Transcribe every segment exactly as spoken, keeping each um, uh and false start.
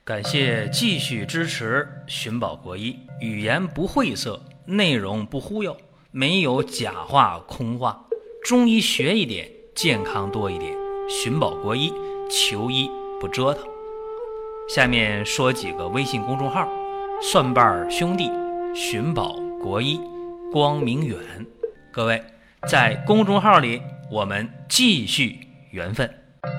感谢继续支持寻宝国医，语言不晦涩，内容不忽悠，没有假话空话，中医学一点，健康多一点。寻宝国医，求医不折腾。下面说几个微信公众号：蒜瓣兄弟、寻宝国医、光明远。各位在公众号里，我们继续缘分。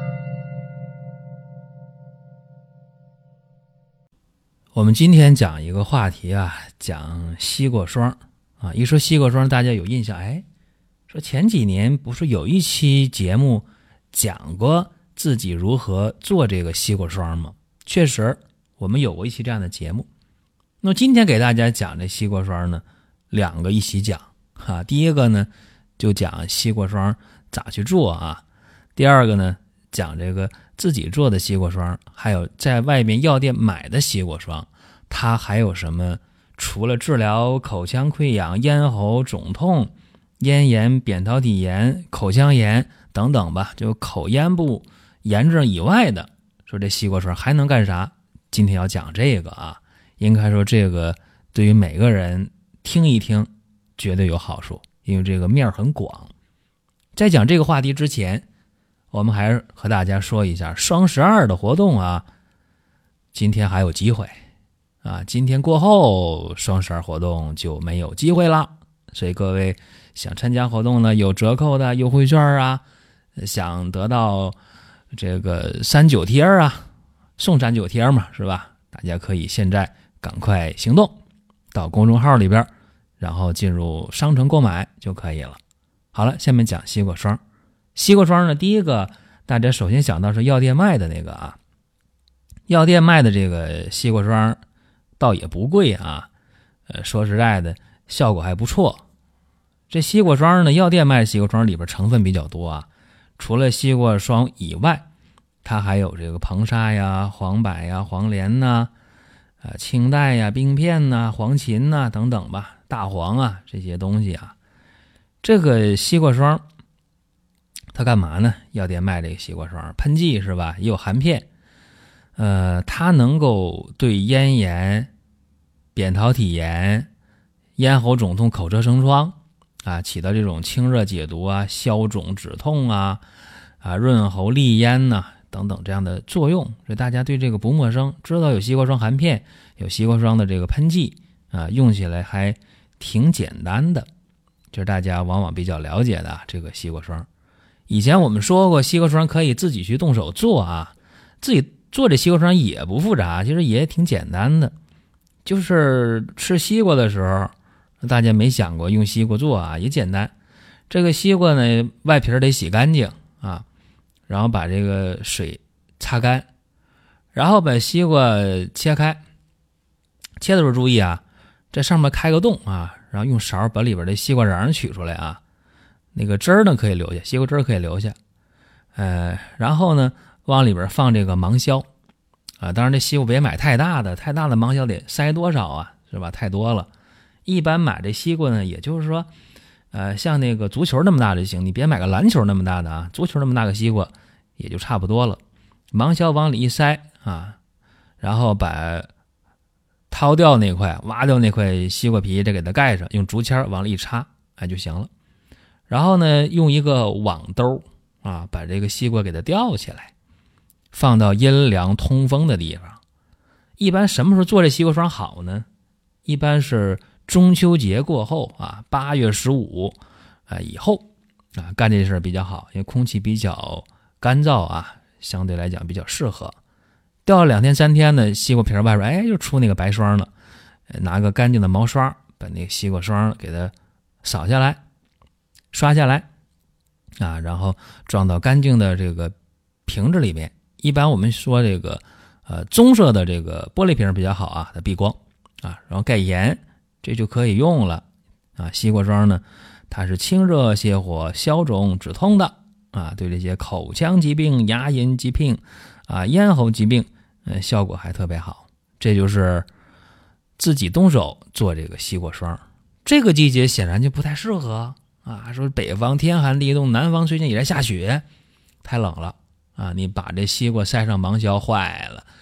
我们今天讲一个话题啊，讲西瓜霜啊。一说西瓜霜，大家有印象，哎，说前几年不是有一期节目讲过自己如何做这个西瓜霜吗？确实，我们有过一期这样的节目。那今天给大家讲这西瓜霜呢，两个一起讲啊。第一个呢，就讲西瓜霜咋去做啊。第二个呢，讲这个自己做的西瓜霜，还有在外面药店买的西瓜霜，它还有什么？除了治疗口腔溃疡、咽喉肿痛、咽炎、扁桃体炎、口腔炎等等吧，就口咽部炎症以外的，说这西瓜霜还能干啥？今天要讲这个啊，应该说这个对于每个人听一听绝对有好处，因为这个面很广。在讲这个话题之前，我们还是和大家说一下双十二的活动啊，今天还有机会啊，今天过后双十二活动就没有机会了。所以各位想参加活动呢，有折扣的优惠券啊，想得到这个三九贴啊，送三九贴嘛，是吧？大家可以现在赶快行动，到公众号里边，然后进入商城购买就可以了。好了，下面讲西瓜霜。西瓜霜呢，第一个大家首先想到是药店卖的那个啊，药店卖的这个西瓜霜倒也不贵啊，呃，说实在的，效果还不错。这西瓜霜呢，药店卖的西瓜霜里边成分比较多啊，除了西瓜霜以外，它还有这个硼砂呀、黄柏呀、黄连呐、呃、青黛呀、冰片呐、黄芩呐等等吧，大黄啊这些东西啊。这个西瓜霜它干嘛呢？药店卖这个西瓜霜喷剂是吧？也有含片，呃，它能够对咽炎、扁桃体炎、咽喉肿痛、口舌生疮啊，起到这种清热解毒啊、消肿止痛啊、啊润喉利咽呐、啊、等等这样的作用。所以大家对这个不陌生，知道有西瓜霜含片，有西瓜霜的这个喷剂啊，用起来还挺简单的，这是大家往往比较了解的这个西瓜霜。以前我们说过，西瓜霜可以自己去动手做啊，自己做这西瓜霜也不复杂，其实也挺简单的。就是吃西瓜的时候，大家没想过用西瓜做啊，也简单。这个西瓜呢，外皮得洗干净啊，然后把这个水擦干，然后把西瓜切开。切的时候注意啊，在上面开个洞啊，然后用勺把里边的西瓜瓤取出来啊。那个汁儿呢可以留下，西瓜汁儿可以留下，呃，然后呢往里边放这个芒硝啊，当然这西瓜别买太大的，太大的芒硝得塞多少啊，是吧？太多了。一般买这西瓜呢，也就是说，呃，像那个足球那么大就行，你别买个篮球那么大的啊，足球那么大个西瓜也就差不多了。芒硝往里一塞啊，然后把掏掉那块、挖掉那块西瓜皮，再给它盖上，用竹签往里一插，哎就行了。然后呢，用一个网兜啊，把这个西瓜给它吊起来，放到阴凉通风的地方。一般什么时候做这西瓜霜好呢？一般是中秋节过后啊，八月十五啊以后啊，干这事比较好，因为空气比较干燥啊，相对来讲比较适合。吊了两天三天呢，西瓜皮外边哎就出那个白霜了，拿个干净的毛刷把那个西瓜霜给它扫下来。刷下来啊，然后装到干净的这个瓶子里面。一般我们说这个呃棕色的这个玻璃瓶比较好啊，它避光啊，然后盖严，这就可以用了啊。西瓜霜呢，它是清热泻火、消肿止痛的啊，对这些口腔疾病、牙龈疾病啊、咽喉疾病，呃，效果还特别好。这就是自己动手做这个西瓜霜。这个季节显然就不太适合。啊，说北方天寒地冻，南方最近也在下雪，太冷了啊！你把这西瓜塞上芒硝坏了，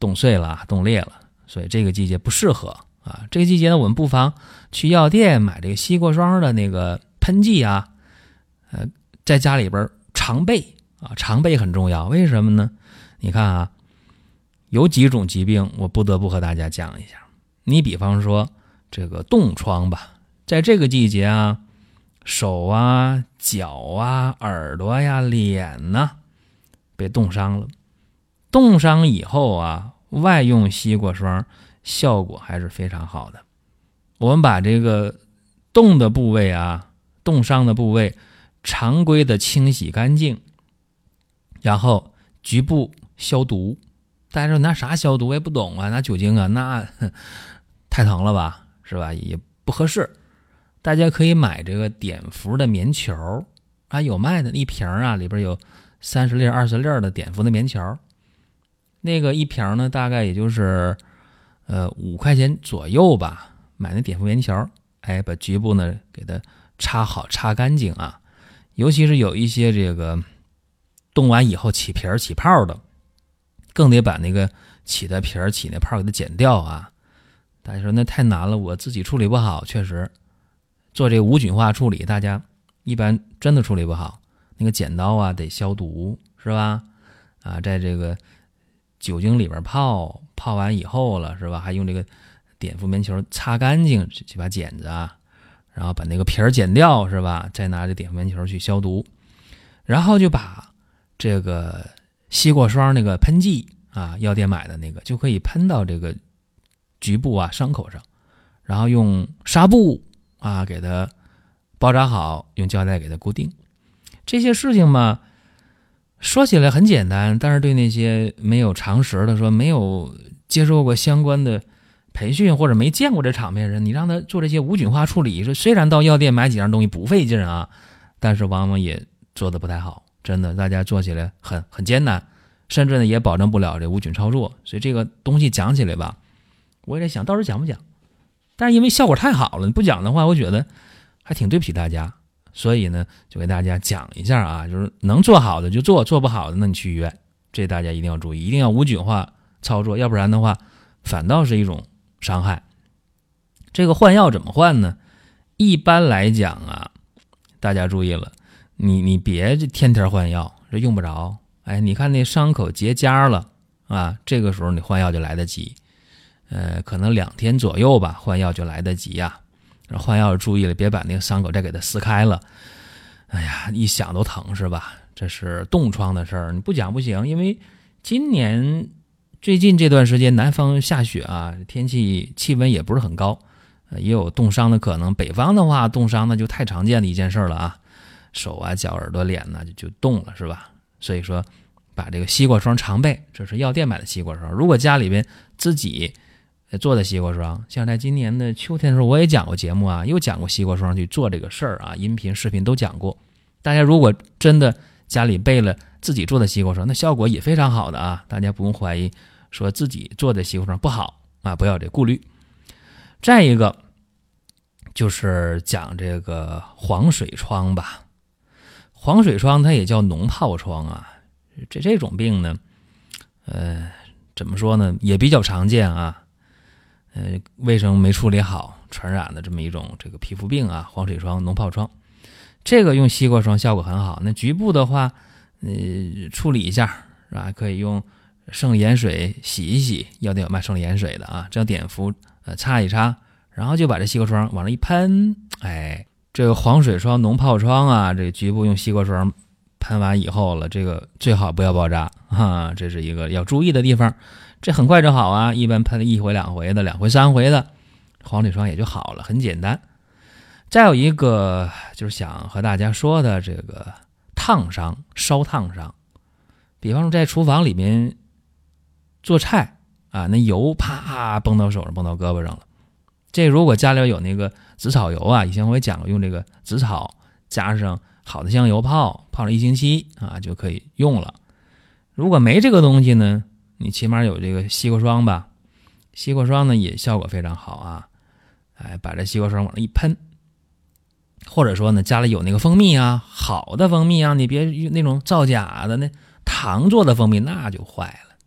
冻碎了冻裂了，所以这个季节不适合啊。这个季节呢，我们不妨去药店买这个西瓜霜的那个喷剂啊，呃，在家里边常备啊，常备很重要。为什么呢？你看啊，有几种疾病我不得不和大家讲一下。你比方说这个冻疮吧，在这个季节啊，手啊、脚啊、耳朵呀、脸呐、被冻伤了。冻伤以后啊，外用西瓜霜效果还是非常好的。我们把这个冻的部位啊，冻伤的部位常规的清洗干净，然后局部消毒。大家说拿啥消毒？我也不懂啊，拿酒精啊，那太疼了吧，是吧？也不合适。大家可以买这个碘伏的棉球啊，有卖的，一瓶啊，里边有三十粒、二十粒的碘伏的棉球。那个一瓶呢，大概也就是呃五块钱左右吧。买那碘伏棉球，哎，把局部呢给它擦好、擦干净啊。尤其是有一些这个冻完以后起皮儿、起泡的，更得把那个起的皮儿、起那泡给它剪掉啊。大家说那太难了，我自己处理不好，确实。做这个无菌化处理，大家一般真的处理不好。那个剪刀啊，得消毒，是吧？啊，在这个酒精里边泡，泡完以后了，是吧？还用这个碘伏棉球擦干净这把剪子啊，然后把那个皮儿剪掉，是吧？再拿这碘伏棉球去消毒，然后就把这个西瓜霜那个喷剂啊，药店买的那个，就可以喷到这个局部啊伤口上，然后用纱布啊，给它包扎好，用胶带给它固定。这些事情嘛，说起来很简单，但是对那些没有常识的，说没有接受过相关的培训或者没见过这场面人，你让他做这些无菌化处理，说虽然到药店买几样东西不费劲啊，但是往往也做得不太好，真的，大家做起来很很艰难，甚至呢也保证不了这无菌操作。所以这个东西讲起来吧，我也在想到时候讲不讲。但是因为效果太好了，你不讲的话，我觉得还挺对不起大家，所以呢，就给大家讲一下啊，就是能做好的就做，做不好的那你去医院，这大家一定要注意，一定要无菌化操作，要不然的话，反倒是一种伤害。这个换药怎么换呢？一般来讲啊，大家注意了，你你别天天换药，这用不着。哎，你看那伤口结痂了啊，这个时候你换药就来得及。呃，可能两天左右吧，换药就来得及呀、啊。换药注意了，别把那个伤口再给它撕开了。哎呀，一想都疼是吧？这是冻疮的事儿，你不讲不行。因为今年最近这段时间南方下雪啊，天气气温也不是很高，呃、也有冻伤的可能。北方的话，冻伤那就太常见的一件事了啊，手啊、脚、耳朵、脸呢就就冻了是吧？所以说，把这个西瓜霜常备，这是药店买的西瓜霜。如果家里边自己做的西瓜霜，像在今年的秋天的时候，我也讲过节目啊，又讲过西瓜霜去做这个事儿啊，音频、视频都讲过。大家如果真的家里备了自己做的西瓜霜，那效果也非常好的啊，大家不用怀疑说自己做的西瓜霜不好啊，不要有这顾虑。再一个就是讲这个黄水疮吧，黄水疮它也叫脓疱疮啊，这这种病呢，呃，怎么说呢，也比较常见啊。呃，卫生没处理好，传染的这么一种这个皮肤病啊，黄水疮、脓疱疮，这个用西瓜霜效果很好。那局部的话，呃，处理一下是吧？可以用生理盐水洗一洗，药店有卖生理盐水的啊，这样碘伏呃擦一擦，然后就把这西瓜霜往上一喷，哎，这个黄水疮、脓疱疮啊，这个局部用西瓜霜喷完以后了，这个最好不要包扎啊，这是一个要注意的地方。这很快就好啊，一般喷一回两回的，两回三回的，黄水疮也就好了，很简单。再有一个就是想和大家说的这个烫伤、烧烫伤，比方说在厨房里面做菜啊，那油啪崩到手上、崩到胳膊上了。这如果家里有那个紫草油啊，以前我也讲过，用这个紫草加上好的香油泡，泡了一星期啊就可以用了。如果没这个东西呢，你起码有这个西瓜霜吧，西瓜霜呢也效果非常好啊，哎，把这西瓜霜往上一喷，或者说呢家里有那个蜂蜜啊，好的蜂蜜啊，你别用那种造假的那糖做的蜂蜜，那就坏了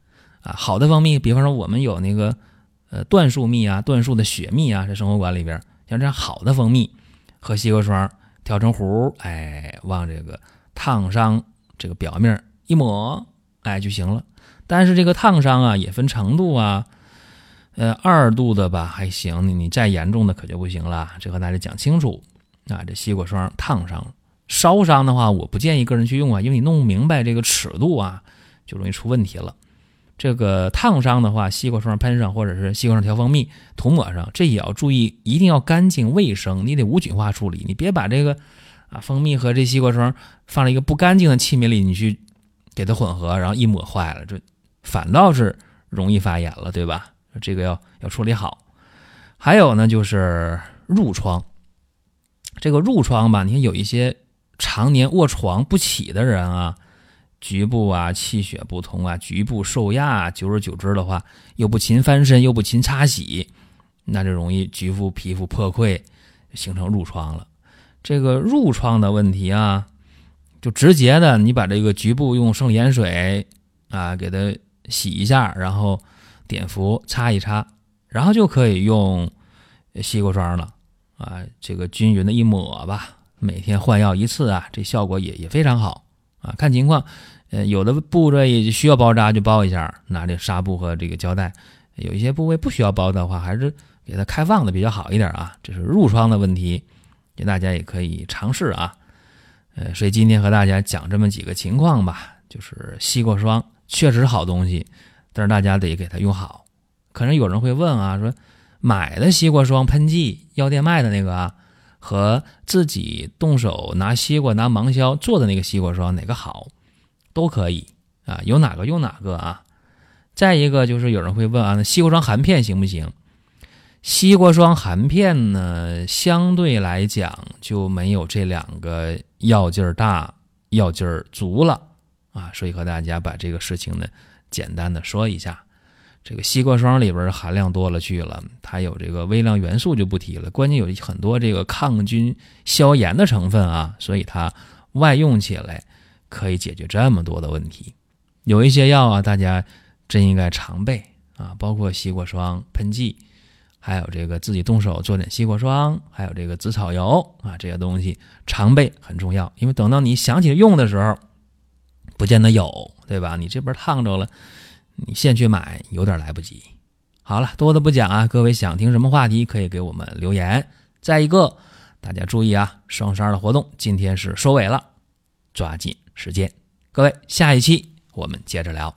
啊。好的蜂蜜，比方说我们有那个呃椴树蜜啊、椴树的雪蜜啊，在生活馆里边，像这样好的蜂蜜和西瓜霜调成糊，哎，往这个烫伤这个表面一抹，哎就行了。但是这个烫伤啊也分程度啊，呃二度的吧还行，你你再严重的可就不行了，这和大家讲清楚啊。这西瓜霜烫伤，烧伤的话我不建议个人去用啊，因为你弄不明白这个尺度啊，就容易出问题了。这个烫伤的话，西瓜霜喷上或者是西瓜霜调蜂蜜涂抹上，这也要注意，一定要干净卫生，你得无菌化处理，你别把这个啊蜂蜜和这西瓜霜放在一个不干净的器皿里，你去给它混合，然后一抹坏了，这反倒是容易发炎了，对吧？这个要要处理好。还有呢，就是褥疮。这个褥疮吧，你看有一些常年卧床不起的人啊，局部啊气血不通啊，局部受压啊，久而久之的话，又不勤翻身，又不勤擦洗，那就容易局部皮肤破溃，形成褥疮了。这个褥疮的问题啊，就直接的，你把这个局部用生理盐水啊给它洗一下，然后碘伏擦一擦，然后就可以用西瓜霜了啊，这个均匀的一抹吧，每天换药一次啊，这效果也也非常好啊，看情况。呃，有的部位需要包扎就包一下，拿这纱布和这个胶带；有一些部位不需要包的话，还是给它开放的比较好一点啊。这是褥疮的问题，给大家也可以尝试啊。呃，所以今天和大家讲这么几个情况吧，就是西瓜霜确实好东西，但是大家得给它用好。可能有人会问啊，说买的西瓜霜喷剂，药店卖的那个啊，和自己动手拿西瓜拿芒硝做的那个西瓜霜哪个好？都可以啊，有哪个用哪个啊。再一个就是有人会问啊，那西瓜霜含片行不行？西瓜霜含片呢，相对来讲就没有这两个药劲儿大、药劲儿足了啊，所以和大家把这个事情呢简单的说一下。这个西瓜霜里边含量多了去了，它有这个微量元素就不提了，关键有很多这个抗菌消炎的成分啊，所以它外用起来可以解决这么多的问题。有一些药啊，大家真应该常备啊，包括西瓜霜喷剂，还有这个自己动手做点西瓜霜，还有这个紫草油啊，这些东西常备很重要，因为等到你想起用的时候不见得有，对吧？你这边烫着了，你现去买有点来不及。好了，多的不讲啊，各位想听什么话题可以给我们留言。再一个大家注意啊，双十二的活动今天是收尾了，抓紧时间。各位，下一期我们接着聊。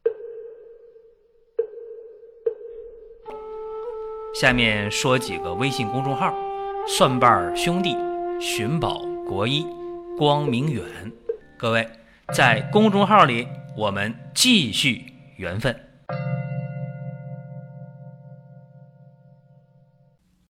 下面说几个微信公众号：蒜瓣兄弟、寻宝国医、光明远。各位在公众号里我们继续缘分。